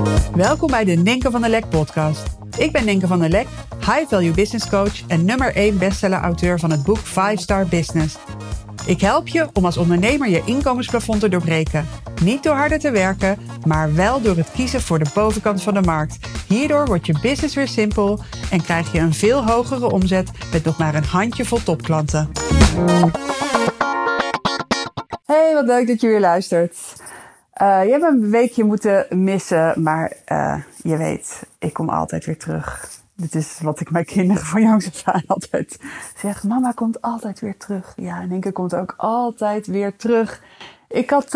Welkom bij de Ninke van der Lek podcast. Ik ben Ninke van der Lek, High Value Business Coach en nummer 1 bestseller-auteur van het boek 5 Star Business. Ik help je om als ondernemer je inkomensplafond te doorbreken. Niet door harder te werken, maar wel door het kiezen voor de bovenkant van de markt. Hierdoor wordt je business weer simpel en krijg je een veel hogere omzet met nog maar een handjevol topklanten. Hey, wat leuk dat je weer luistert. Je hebt een weekje moeten missen, maar je weet, ik kom altijd weer terug. Dit is wat ik mijn kinderen van jongs af aan altijd zeg. Mama komt altijd weer terug. Ja, en Ninke komt ook altijd weer terug. Ik had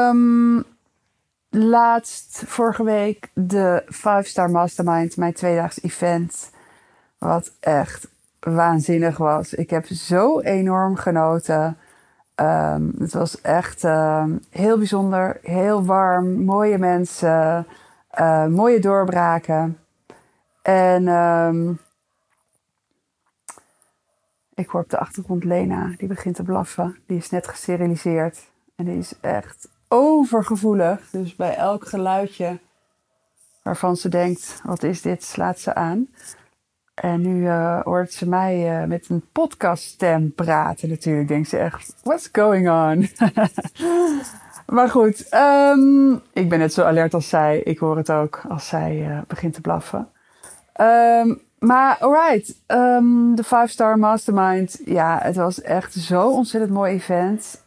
laatst, vorige week, de 5 Star Mastermind, mijn 2-daags event. Wat echt waanzinnig was. Ik heb zo enorm genoten. Het was echt heel bijzonder, heel warm, mooie mensen, mooie doorbraken. En ik hoor op de achtergrond Lena, die begint te blaffen. Die is net gesteriliseerd en die is echt overgevoelig. Dus bij elk geluidje waarvan ze denkt, wat is dit, slaat ze aan. En nu hoort ze mij met een podcaststem praten natuurlijk. Denkt ze echt, what's going on? Maar goed, ik ben net zo alert als zij. Ik hoor het ook als zij begint te blaffen. Maar alright, de 5 Star Mastermind. Ja, het was echt zo ontzettend mooi event.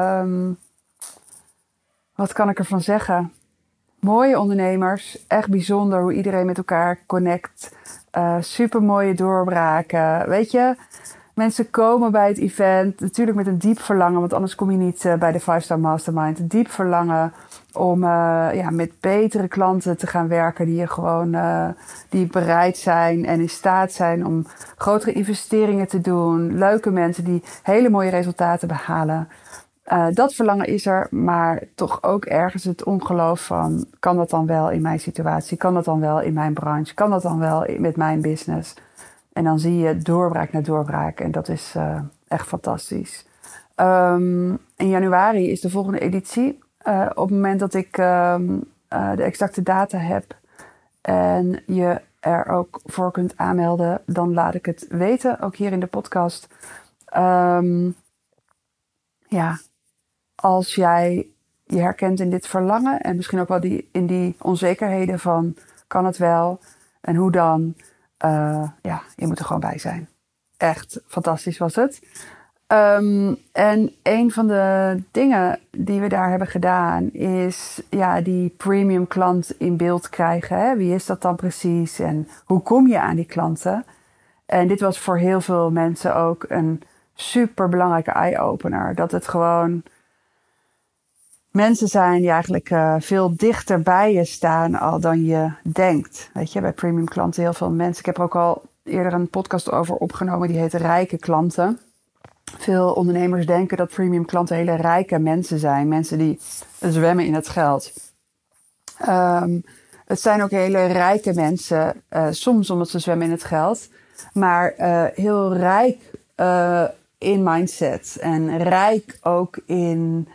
Wat kan ik ervan zeggen? Mooie ondernemers, echt bijzonder hoe iedereen met elkaar connect. Super mooie doorbraken. Weet je, mensen komen bij het event natuurlijk met een diep verlangen, want anders kom je niet bij de 5 Star Mastermind. Een diep verlangen om met betere klanten te gaan werken die bereid zijn en in staat zijn om grotere investeringen te doen. Leuke mensen die hele mooie resultaten behalen. Dat verlangen is er, maar toch ook ergens het ongeloof van, kan dat dan wel in mijn situatie? Kan dat dan wel in mijn branche? Kan dat dan wel met mijn business? En dan zie je doorbraak na doorbraak en dat is echt fantastisch. In januari is de volgende editie. Op het moment dat ik de exacte data heb en je er ook voor kunt aanmelden, dan laat ik het weten, ook hier in de podcast. Als jij je herkent in dit verlangen en misschien ook wel in die onzekerheden van, kan het wel en hoe dan? Je moet er gewoon bij zijn. Echt fantastisch was het. En een van de dingen die we daar hebben gedaan is die premium klant in beeld krijgen. Hè? Wie is dat dan precies en hoe kom je aan die klanten? En dit was voor heel veel mensen ook een super belangrijke eye-opener. Dat het gewoon mensen zijn die eigenlijk veel dichter bij je staan al dan je denkt. Weet je, bij premium klanten heel veel mensen. Ik heb er ook al eerder een podcast over opgenomen. Die heet Rijke Klanten. Veel ondernemers denken dat premium klanten hele rijke mensen zijn. Mensen die zwemmen in het geld. Het zijn ook hele rijke mensen. Soms omdat ze zwemmen in het geld. Maar heel rijk in mindset. En rijk ook in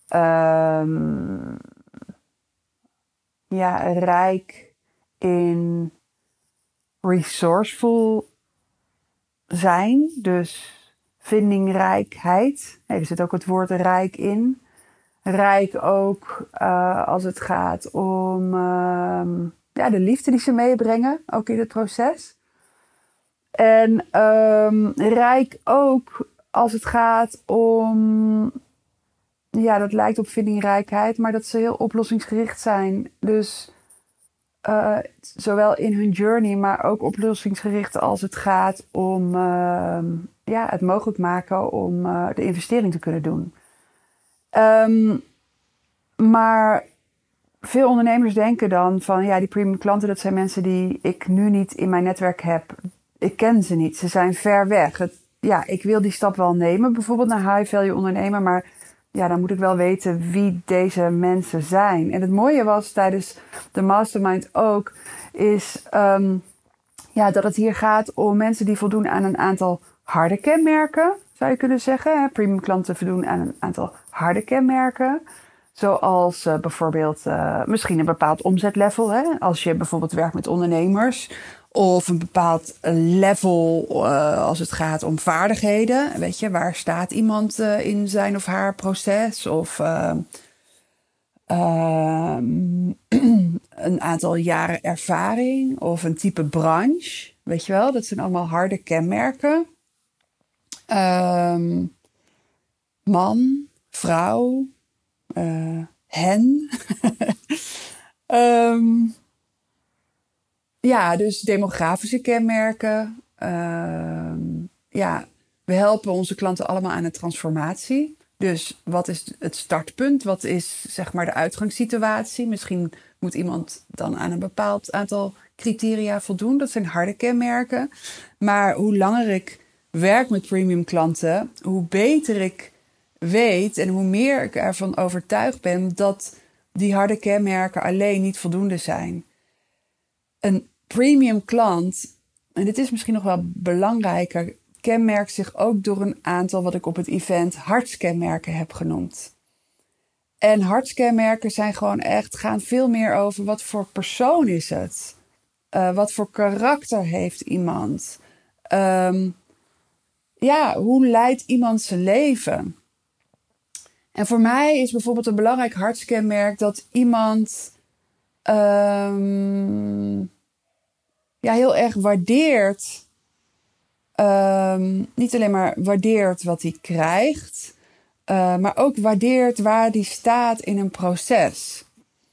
rijk in resourceful zijn. Dus vindingrijkheid. Er zit ook het woord rijk in. Rijk ook als het gaat om de liefde die ze meebrengen. Ook in het proces. En rijk ook als het gaat om, dat lijkt op vindingrijkheid, maar dat ze heel oplossingsgericht zijn. Dus zowel in hun journey, maar ook oplossingsgericht als het gaat om het mogelijk maken om de investering te kunnen doen. Maar veel ondernemers denken dan van, die premium klanten, dat zijn mensen die ik nu niet in mijn netwerk heb. Ik ken ze niet, ze zijn ver weg. Ik wil die stap wel nemen, bijvoorbeeld naar high value ondernemer, maar dan moet ik wel weten wie deze mensen zijn. En het mooie was tijdens de mastermind ook, is dat het hier gaat om mensen die voldoen aan een aantal harde kenmerken, zou je kunnen zeggen. Premium klanten voldoen aan een aantal harde kenmerken. Zoals bijvoorbeeld misschien een bepaald omzetlevel. Hè? Als je bijvoorbeeld werkt met ondernemers. Of een bepaald level als het gaat om vaardigheden. Weet je, waar staat iemand in zijn of haar proces? Of een aantal jaren ervaring. Of een type branche. Weet je wel, dat zijn allemaal harde kenmerken. Man, vrouw, hen. Ja, dus demografische kenmerken. Ja, we helpen onze klanten allemaal aan een transformatie. Dus wat is het startpunt? Wat is zeg maar de uitgangssituatie? Misschien moet iemand dan aan een bepaald aantal criteria voldoen. Dat zijn harde kenmerken. Maar hoe langer ik werk met premium klanten, hoe beter ik weet en hoe meer ik ervan overtuigd ben dat die harde kenmerken alleen niet voldoende zijn. Een premium klant, en dit is misschien nog wel belangrijker, kenmerkt zich ook door een aantal wat ik op het event hartskenmerken heb genoemd. En hartskenmerken zijn gewoon echt, gaan veel meer over wat voor persoon is het? Wat voor karakter heeft iemand? Hoe leidt iemand zijn leven? En voor mij is bijvoorbeeld een belangrijk hartskenmerk dat iemand heel erg waardeert. Niet alleen maar waardeert wat hij krijgt, maar ook waardeert waar hij staat in een proces.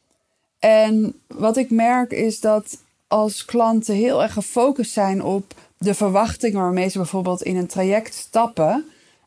En wat ik merk is dat als klanten heel erg gefocust zijn op de verwachtingen waarmee ze bijvoorbeeld in een traject stappen.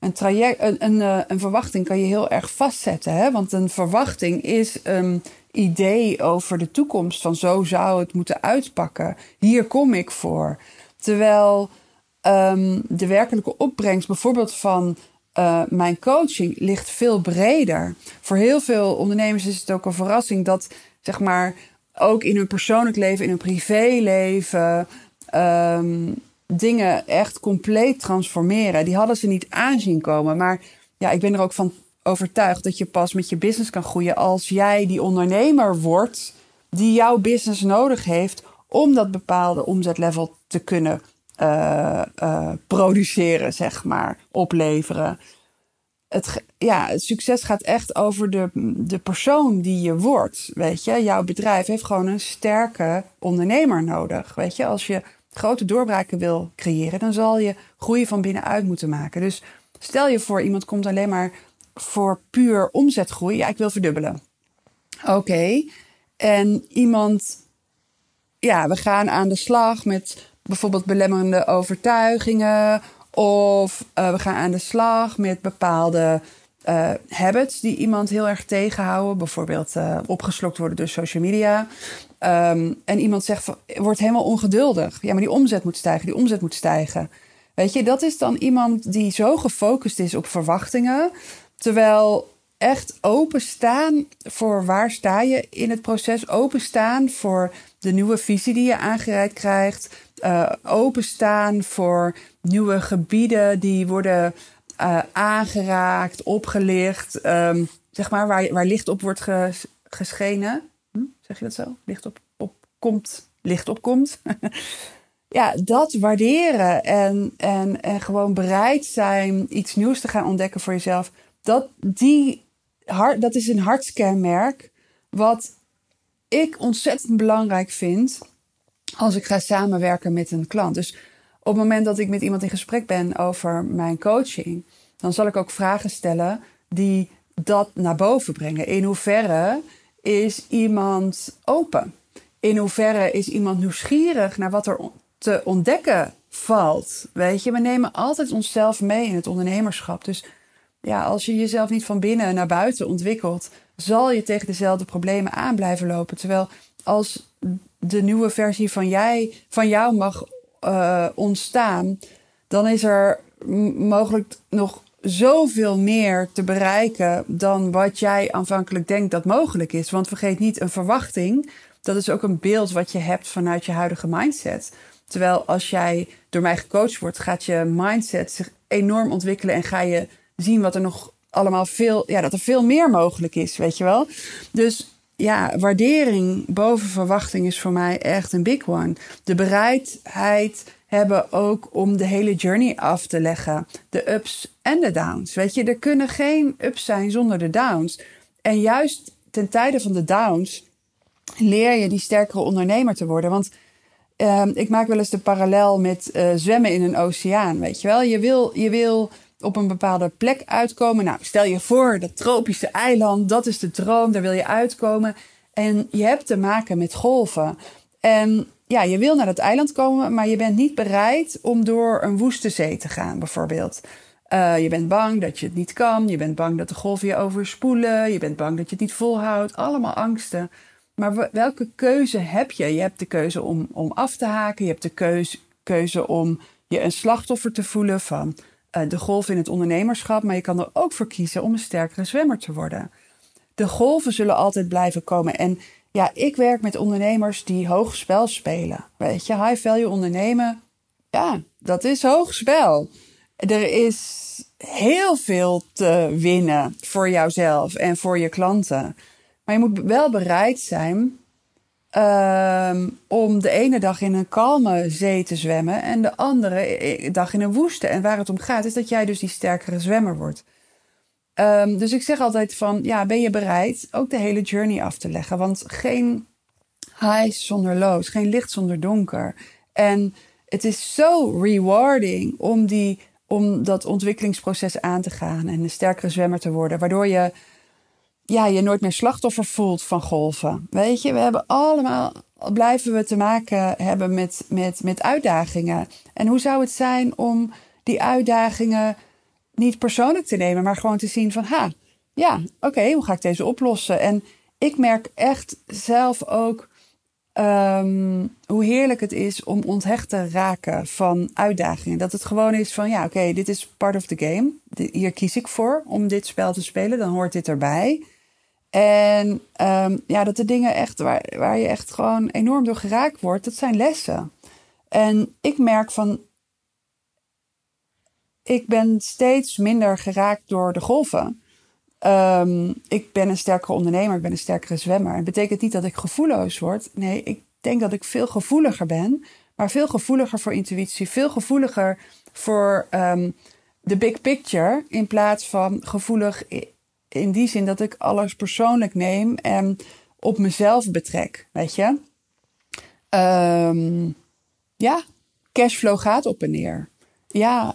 Een verwachting kan je heel erg vastzetten. Hè? Want een verwachting is een idee over de toekomst. Van zo zou het moeten uitpakken. Hier kom ik voor. Terwijl de werkelijke opbrengst bijvoorbeeld van mijn coaching ligt veel breder. Voor heel veel ondernemers is het ook een verrassing dat zeg maar ook in hun persoonlijk leven, in hun privéleven dingen echt compleet transformeren. Die hadden ze niet aanzien komen. Maar ja, ik ben er ook van overtuigd dat je pas met je business kan groeien als jij die ondernemer wordt die jouw business nodig heeft om dat bepaalde omzetlevel te kunnen produceren, zeg maar, opleveren. Het succes gaat echt over de persoon die je wordt, weet je. Jouw bedrijf heeft gewoon een sterke ondernemer nodig, weet je. Als je grote doorbraken wil creëren, dan zal je groei van binnenuit moeten maken. Dus stel je voor, iemand komt alleen maar voor puur omzetgroei. Ja, ik wil verdubbelen. Oké. En iemand, we gaan aan de slag met bijvoorbeeld belemmerende overtuigingen. Of we gaan aan de slag met bepaalde habits die iemand heel erg tegenhouden. Bijvoorbeeld opgeslokt worden door social media. En iemand zegt, wordt helemaal ongeduldig. Ja, maar die omzet moet stijgen. Weet je, dat is dan iemand die zo gefocust is op verwachtingen. Terwijl echt openstaan voor waar sta je in het proces. Openstaan voor de nieuwe visie die je aangereikt krijgt. Openstaan voor nieuwe gebieden die worden aangeraakt, opgelicht. Zeg maar waar licht op wordt geschenen. Zeg je dat zo? Licht opkomt. Ja, dat waarderen en gewoon bereid zijn iets nieuws te gaan ontdekken voor jezelf. Dat is een hartskenmerk wat ik ontzettend belangrijk vind als ik ga samenwerken met een klant. Dus op het moment dat ik met iemand in gesprek ben over mijn coaching, dan zal ik ook vragen stellen die dat naar boven brengen. In hoeverre is iemand open? In hoeverre is iemand nieuwsgierig naar wat er te ontdekken valt? Weet je, we nemen altijd onszelf mee in het ondernemerschap. Dus ja, als je jezelf niet van binnen naar buiten ontwikkelt, zal je tegen dezelfde problemen aan blijven lopen. Terwijl als de nieuwe versie van jou mag ontstaan, dan is er mogelijk nog zoveel meer te bereiken dan wat jij aanvankelijk denkt dat mogelijk is. Want vergeet niet, een verwachting, dat is ook een beeld wat je hebt vanuit je huidige mindset. Terwijl als jij door mij gecoacht wordt, gaat je mindset zich enorm ontwikkelen en ga je zien wat er nog allemaal dat er veel meer mogelijk is, weet je wel. Dus ja, waardering boven verwachting is voor mij echt een big one. De bereidheid hebben ook om de hele journey af te leggen. De ups en de downs. Weet je, er kunnen geen ups zijn zonder de downs. En juist ten tijde van de downs leer je die sterkere ondernemer te worden. Want ik maak wel eens de parallel met zwemmen in een oceaan, weet je wel. Je wil op een bepaalde plek uitkomen. Nou, stel je voor, dat tropische eiland, dat is de droom, daar wil je uitkomen. En je hebt te maken met golven. En ja, je wil naar dat eiland komen, maar je bent niet bereid om door een woeste zee te gaan, bijvoorbeeld. Je bent bang dat je het niet kan. Je bent bang dat de golven je overspoelen. Je bent bang dat je het niet volhoudt. Allemaal angsten. Maar welke keuze heb je? Je hebt de keuze om af te haken. Je hebt de keuze om je een slachtoffer te voelen van de golf in het ondernemerschap. Maar je kan er ook voor kiezen om een sterkere zwemmer te worden. De golven zullen altijd blijven komen. En ja, ik werk met ondernemers die hoog spel spelen. Weet je, high value ondernemen, ja, dat is hoog spel. Er is heel veel te winnen voor jouzelf en voor je klanten. Maar je moet wel bereid zijn om de ene dag in een kalme zee te zwemmen en de andere dag in een woeste. En waar het om gaat is dat jij dus die sterkere zwemmer wordt. Dus ik zeg altijd van, ja, ben je bereid ook de hele journey af te leggen? Want geen highs zonder lows, geen licht zonder donker. En het is zo rewarding om dat ontwikkelingsproces aan te gaan en een sterkere zwemmer te worden. Waardoor je nooit meer slachtoffer voelt van golven. Weet je, we hebben allemaal, blijven we te maken hebben met uitdagingen. En hoe zou het zijn om die uitdagingen niet persoonlijk te nemen, maar gewoon te zien van, oké, hoe ga ik deze oplossen? En ik merk echt zelf ook hoe heerlijk het is om onthecht te raken van uitdagingen. Dat het gewoon is van, dit is part of the game. Hier kies ik voor om dit spel te spelen, dan hoort dit erbij. En dat de dingen echt waar je echt gewoon enorm door geraakt wordt, dat zijn lessen. En ik merk van, ik ben steeds minder geraakt door de golven. Ik ben een sterkere ondernemer, ik ben een sterkere zwemmer. Het betekent niet dat ik gevoelloos word. Nee, ik denk dat ik veel gevoeliger ben. Maar veel gevoeliger voor intuïtie. Veel gevoeliger voor de big picture. In plaats van gevoelig in die zin dat ik alles persoonlijk neem en op mezelf betrek. Weet je? Cashflow gaat op en neer. Ja,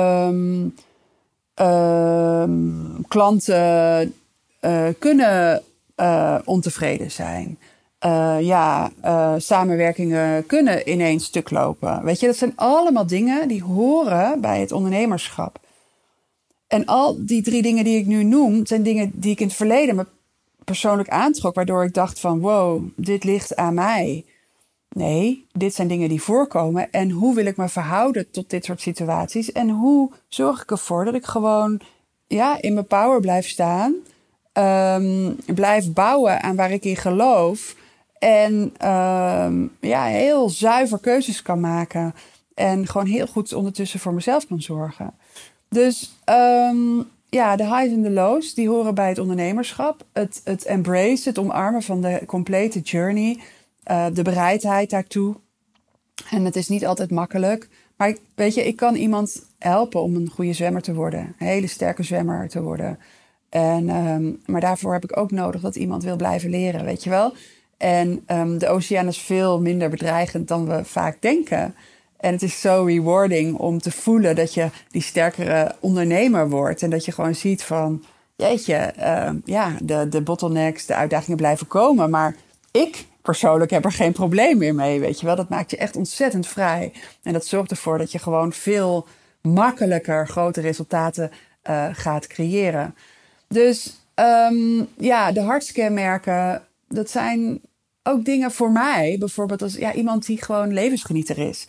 klanten kunnen ontevreden zijn. Samenwerkingen kunnen ineens stuk lopen. Weet je, dat zijn allemaal dingen die horen bij het ondernemerschap. En al die 3 dingen die ik nu noem, zijn dingen die ik in het verleden me persoonlijk aantrok, waardoor ik dacht van, wow, dit ligt aan mij. Nee, dit zijn dingen die voorkomen. En hoe wil ik me verhouden tot dit soort situaties? En hoe zorg ik ervoor dat ik gewoon in mijn power blijf staan? Blijf bouwen aan waar ik in geloof. En heel zuiver keuzes kan maken. En gewoon heel goed ondertussen voor mezelf kan zorgen. Dus de highs en de lows, die horen bij het ondernemerschap. Het embrace, het omarmen van de complete journey. De bereidheid daartoe. En het is niet altijd makkelijk. Maar ik kan iemand helpen om een goede zwemmer te worden. Een hele sterke zwemmer te worden. Maar daarvoor heb ik ook nodig dat iemand wil blijven leren, weet je wel. En de oceaan is veel minder bedreigend dan we vaak denken. En het is zo rewarding om te voelen dat je die sterkere ondernemer wordt. En dat je gewoon ziet van, jeetje, de bottlenecks, de uitdagingen blijven komen. Maar ik persoonlijk heb er geen probleem meer mee, weet je wel. Dat maakt je echt ontzettend vrij. En dat zorgt ervoor dat je gewoon veel makkelijker grote resultaten gaat creëren. Dus de hartskenmerken, dat zijn ook dingen voor mij. Bijvoorbeeld als iemand die gewoon levensgenieter is.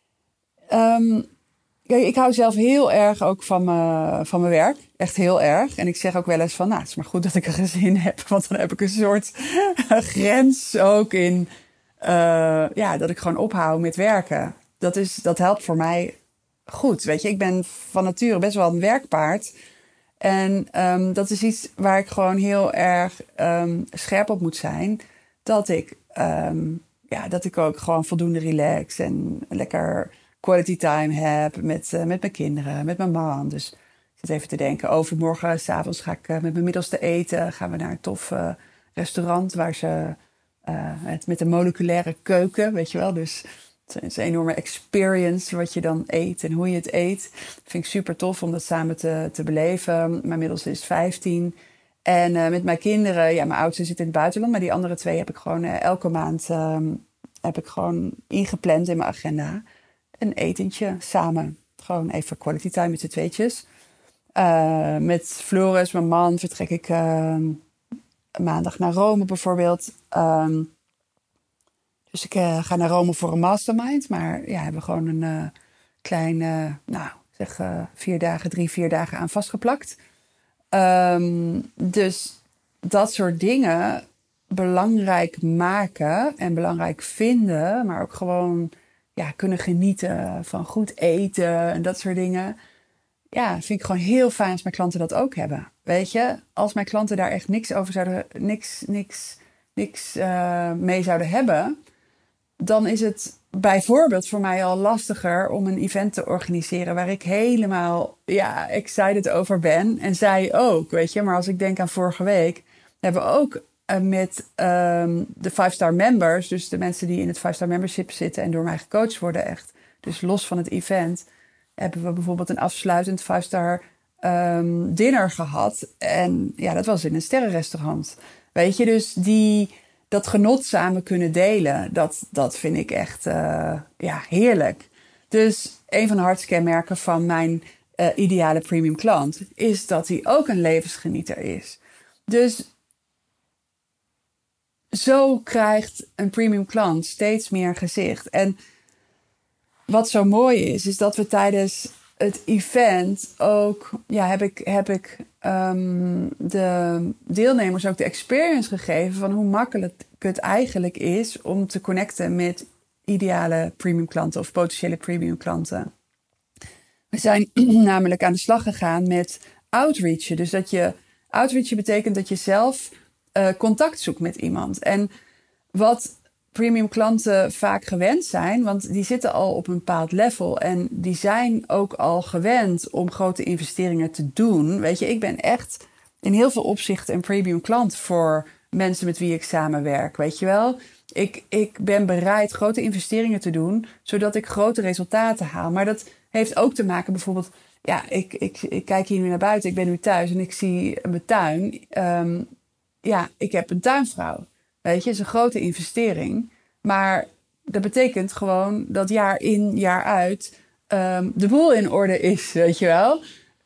Ik hou zelf heel erg ook van mijn werk. Echt heel erg. En ik zeg ook wel eens van, het is maar goed dat ik een gezin heb. Want dan heb ik een soort grens ook in, dat ik gewoon ophoud met werken. Dat helpt voor mij goed. Weet je, ik ben van nature best wel een werkpaard. En dat is iets waar ik gewoon heel erg scherp op moet zijn. Dat ik ook gewoon voldoende relax en lekker quality time heb met mijn kinderen, met mijn man. Dus ik zit even te denken, overmorgen 's avonds ga ik met mijn middelste eten. Gaan we naar een tof restaurant waar ze met een moleculaire keuken, weet je wel. Dus het is een enorme experience wat je dan eet en hoe je het eet. Dat vind ik super tof om dat samen te beleven. Mijn middelste is 15. En met mijn kinderen, ja, mijn oudste zit in het buitenland, maar die andere twee heb ik gewoon elke maand heb ik gewoon ingepland in mijn agenda. Een etentje samen. Gewoon even quality time met z'n tweetjes. Met Floris, mijn man, vertrek ik maandag naar Rome bijvoorbeeld. Dus ik ga naar Rome voor een mastermind. Maar ja, hebben we gewoon een klein, 4 dagen aan vastgeplakt. Dus dat soort dingen belangrijk maken en belangrijk vinden. Maar ook gewoon kunnen genieten van goed eten en dat soort dingen. Ja, vind ik gewoon heel fijn als mijn klanten dat ook hebben. Weet je, als mijn klanten daar echt niks mee zouden hebben, dan is het bijvoorbeeld voor mij al lastiger om een event te organiseren waar ik helemaal excited over ben. En zij ook, weet je. Maar als ik denk aan vorige week, hebben we ook met de 5-star members, dus de mensen die in het 5-star membership zitten en door mij gecoacht worden echt, dus los van het event, hebben we bijvoorbeeld een afsluitend 5-star dinner gehad. En ja, dat was in een sterrenrestaurant. Weet je, dus dat genot samen kunnen delen, dat vind ik echt heerlijk. Dus een van de hartskenmerken van mijn ideale premium klant is dat hij ook een levensgenieter is. Dus zo krijgt een premium klant steeds meer gezicht. En wat zo mooi is dat we tijdens het event ook, heb ik de deelnemers ook de experience gegeven van hoe makkelijk het eigenlijk is om te connecten met ideale premium klanten of potentiële premium klanten. We zijn namelijk aan de slag gegaan met outreachen. Dus outreachen betekent dat je zelf contact zoekt met iemand. En wat premium klanten vaak gewend zijn, want die zitten al op een bepaald level en die zijn ook al gewend om grote investeringen te doen. Weet je, ik ben echt in heel veel opzichten een premium klant voor mensen met wie ik samenwerk, weet je wel. Ik ben bereid grote investeringen te doen, zodat ik grote resultaten haal. Maar dat heeft ook te maken bijvoorbeeld, ik kijk hier nu naar buiten, ik ben nu thuis en ik zie mijn tuin. Ik heb een tuinvrouw. Weet je, het is een grote investering. Maar dat betekent gewoon dat jaar in, jaar uit de boel in orde is, weet je wel.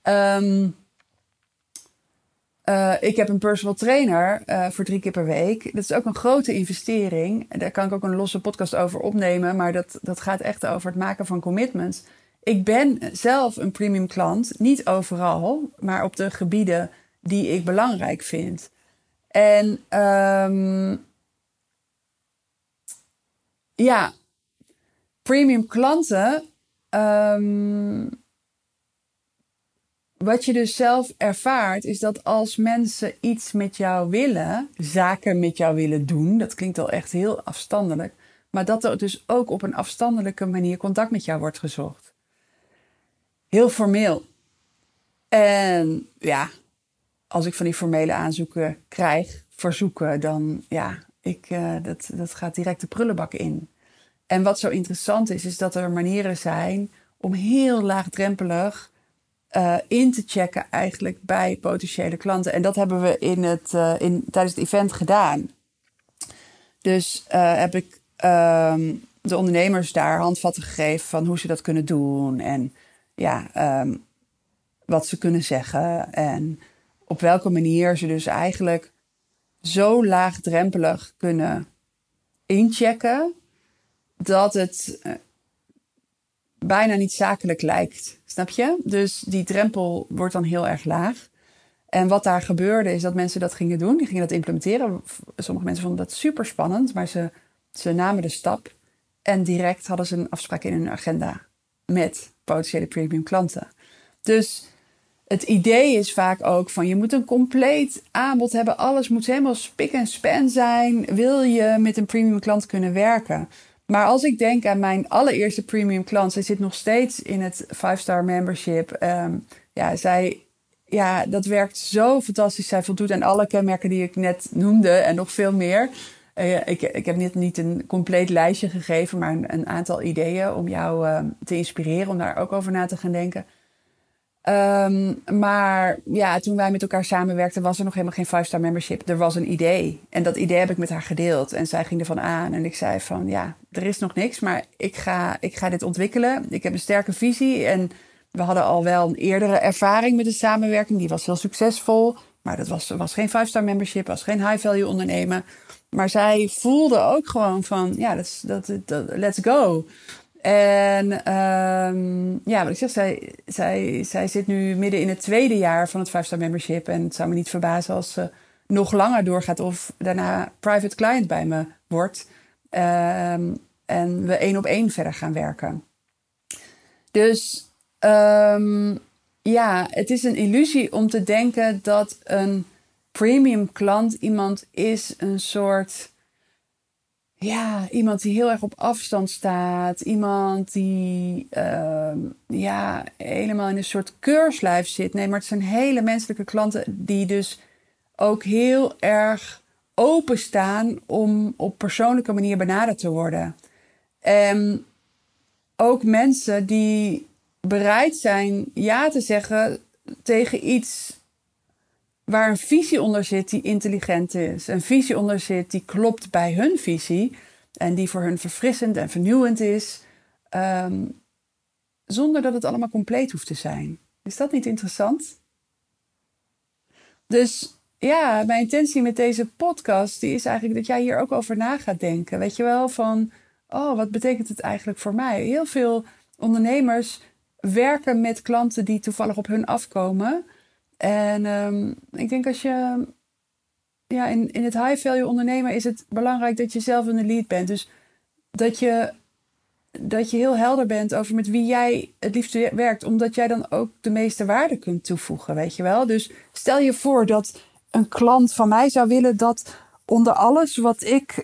Ik heb een personal trainer voor 3 keer per week. Dat is ook een grote investering. Daar kan ik ook een losse podcast over opnemen. Maar dat gaat echt over het maken van commitments. Ik ben zelf een premium klant. Niet overal, maar op de gebieden die ik belangrijk vind. En premium klanten. Wat je dus zelf ervaart is dat als mensen iets met jou willen, zaken met jou willen doen, dat klinkt al echt heel afstandelijk, maar dat er dus ook op een afstandelijke manier contact met jou wordt gezocht. Heel formeel. En als ik van die formele aanzoeken krijg, verzoeken, dan dat gaat direct de prullenbak in. En wat zo interessant is dat er manieren zijn om heel laagdrempelig in te checken eigenlijk bij potentiële klanten. En dat hebben we tijdens het event gedaan. Dus heb ik de ondernemers daar handvatten gegeven van hoe ze dat kunnen doen. En wat ze kunnen zeggen. En op welke manier ze dus eigenlijk zo laagdrempelig kunnen inchecken dat het bijna niet zakelijk lijkt. Snap je? Dus die drempel wordt dan heel erg laag. En wat daar gebeurde is dat mensen dat gingen doen. Die gingen dat implementeren. Sommige mensen vonden dat super spannend. Maar ze namen de stap. En direct hadden ze een afspraak in hun agenda met potentiële premium klanten. Dus het idee is vaak ook van je moet een compleet aanbod hebben. Alles moet helemaal spik en span zijn. Wil je met een premium klant kunnen werken? Maar als ik denk aan mijn allereerste premium klant. Zij zit nog steeds in het 5-star membership. Dat werkt zo fantastisch. Zij voldoet aan alle kenmerken die ik net noemde en nog veel meer. Ik heb net niet een compleet lijstje gegeven, maar een aantal ideeën om jou te inspireren, om daar ook over na te gaan denken. Maar ja, toen wij met elkaar samenwerkten, was er nog helemaal geen 5-star membership. Er was een idee. En dat idee heb ik met haar gedeeld. En zij ging ervan aan. En ik zei van, ja, er is nog niks, maar ik ga dit ontwikkelen. Ik heb een sterke visie. En we hadden al wel een eerdere ervaring met de samenwerking. Die was heel succesvol. Maar dat was geen 5-star membership, was geen high-value ondernemen. Maar zij voelde ook gewoon van, ja, let's go. En wat ik zeg, zij zit nu midden in het 2e jaar van het 5-star membership. En het zou me niet verbazen als ze nog langer doorgaat of daarna private client bij me wordt. En we 1-op-1 verder gaan werken. Dus het is een illusie om te denken dat een premium klant iemand is, een soort, ja, iemand die heel erg op afstand staat. Iemand die helemaal in een soort keurslijf zit. Nee, maar het zijn hele menselijke klanten die dus ook heel erg openstaan om op persoonlijke manier benaderd te worden. En ook mensen die bereid zijn ja te zeggen tegen iets waar een visie onder zit die intelligent is. Een visie onder zit die klopt bij hun visie. En die voor hun verfrissend en vernieuwend is. Zonder dat het allemaal compleet hoeft te zijn. Is dat niet interessant? Dus ja, mijn intentie met deze podcast die is eigenlijk dat jij hier ook over na gaat denken. Weet je wel, van wat betekent het eigenlijk voor mij? Heel veel ondernemers werken met klanten die toevallig op hun afkomen. En ik denk als je in het high value ondernemen is het belangrijk dat je zelf in de lead bent. Dus dat je heel helder bent over met wie jij het liefst werkt. Omdat jij dan ook de meeste waarde kunt toevoegen, weet je wel. Dus stel je voor dat een klant van mij zou willen dat onder alles wat ik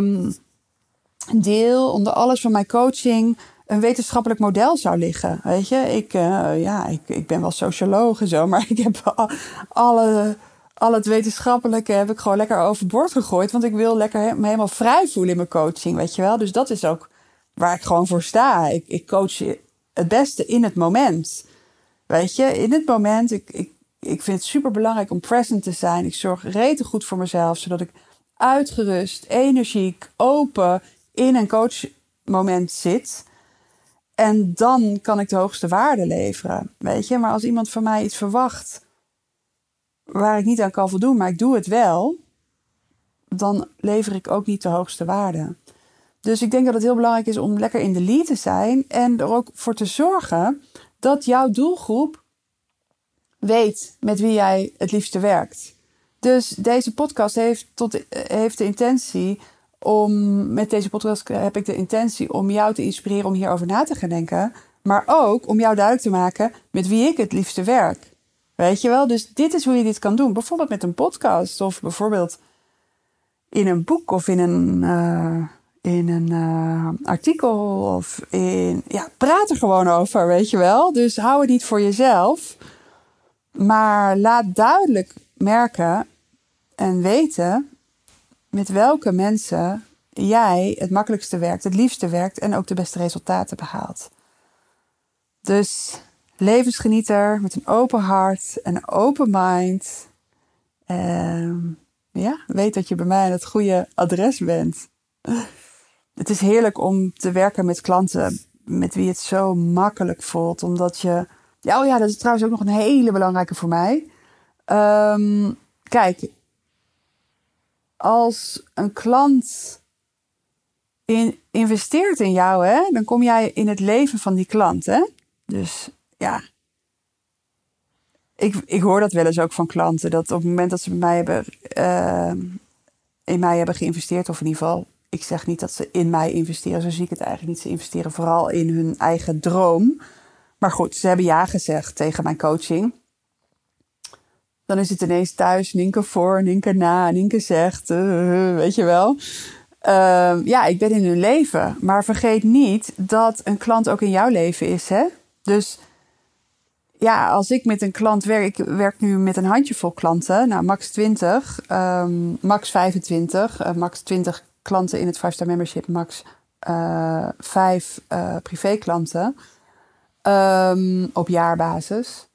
deel, onder alles van mijn coaching, een wetenschappelijk model zou liggen. Weet je, ik ben wel socioloog en zo, maar ik heb al het wetenschappelijke heb ik gewoon lekker overboord gegooid. Want ik wil lekker me helemaal vrij voelen in mijn coaching, weet je wel. Dus dat is ook waar ik gewoon voor sta. Ik coach het beste in het moment. Weet je, in het moment. Ik vind het super belangrijk om present te zijn. Ik zorg rete goed voor mezelf, zodat ik uitgerust, energiek, open in een coachmoment zit. En dan kan ik de hoogste waarde leveren, weet je. Maar als iemand van mij iets verwacht waar ik niet aan kan voldoen, maar ik doe het wel, dan lever ik ook niet de hoogste waarde. Dus ik denk dat het heel belangrijk is om lekker in de lead te zijn en er ook voor te zorgen dat jouw doelgroep weet met wie jij het liefste werkt. Dus deze podcast heeft de intentie met deze podcast heb ik de intentie om jou te inspireren om hierover na te gaan denken. Maar ook om jou duidelijk te maken met wie ik het liefste werk. Weet je wel? Dus dit is hoe je dit kan doen. Bijvoorbeeld met een podcast of bijvoorbeeld in een boek of in een artikel. Of praat er gewoon over, weet je wel. Dus hou het niet voor jezelf. Maar laat duidelijk merken en weten met welke mensen jij het makkelijkste werkt, het liefste werkt en ook de beste resultaten behaalt. Dus levensgenieter met een open hart en een open mind. Weet dat je bij mij aan het goede adres bent. Het is heerlijk om te werken met klanten met wie het zo makkelijk voelt. Omdat je... dat is trouwens ook nog een hele belangrijke voor mij. Kijk, als een klant investeert in jou, hè, dan kom jij in het leven van die klant, hè. Dus ja, ik hoor dat wel eens ook van klanten, dat op het moment dat ze bij mij in mij hebben geïnvesteerd, of in ieder geval, ik zeg niet dat ze in mij investeren, zo zie ik het eigenlijk niet. Ze investeren vooral in hun eigen droom. Maar goed, ze hebben ja gezegd tegen mijn coaching. Dan is het ineens thuis Nienke voor, Nienke na, Nienke zegt, weet je wel. Ja, ik ben in hun leven. Maar vergeet niet dat een klant ook in jouw leven is, hè? Dus ja, als ik met een klant werk... Ik werk nu met een handjevol klanten. Nou, max 20, max 25. Max 20 klanten in het 5-star membership. Max 5 privéklanten. Op jaarbasis.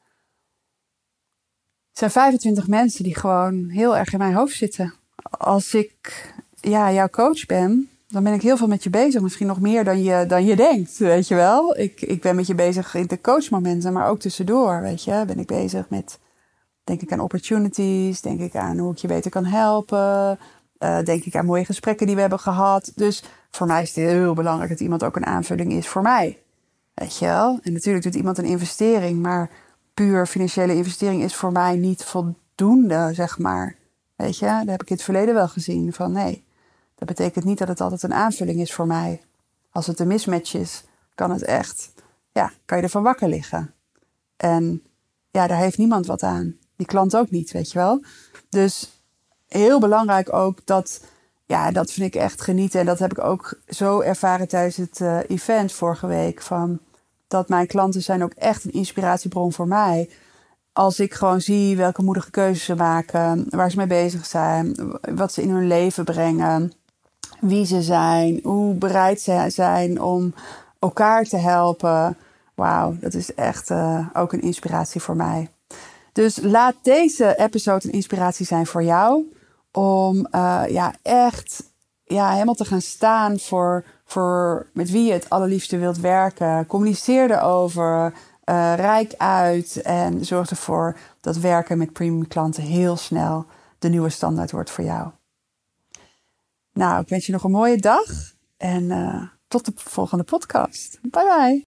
Het zijn 25 mensen die gewoon heel erg in mijn hoofd zitten. Als ik jouw coach ben, dan ben ik heel veel met je bezig. Misschien nog meer dan je denkt, weet je wel. Ik ben met je bezig in de coachmomenten, maar ook tussendoor, weet je. Ben ik bezig met, denk ik aan opportunities, denk ik aan hoe ik je beter kan helpen. Denk ik aan mooie gesprekken die we hebben gehad. Dus voor mij is het heel belangrijk dat iemand ook een aanvulling is voor mij. Weet je wel. En natuurlijk doet iemand een investering, maar puur financiële investering is voor mij niet voldoende, zeg maar. Weet je, dat heb ik in het verleden wel gezien. Van nee, dat betekent niet dat het altijd een aanvulling is voor mij. Als het een mismatch is, kan het echt, kan je ervan wakker liggen. En ja, daar heeft niemand wat aan. Die klant ook niet, weet je wel. Dus heel belangrijk ook dat vind ik echt genieten. En dat heb ik ook zo ervaren tijdens het event vorige week. Van dat mijn klanten zijn ook echt een inspiratiebron voor mij. Als ik gewoon zie welke moedige keuzes ze maken, waar ze mee bezig zijn, wat ze in hun leven brengen, wie ze zijn, hoe bereid ze zijn om elkaar te helpen. Wauw, dat is echt ook een inspiratie voor mij. Dus laat deze episode een inspiratie zijn voor jou. Om echt helemaal te gaan staan voor met wie je het allerliefste wilt werken. Communiceer erover. Reik uit. En zorg ervoor dat werken met premium klanten heel snel de nieuwe standaard wordt voor jou. Nou, ik wens je nog een mooie dag. En tot de volgende podcast. Bye bye.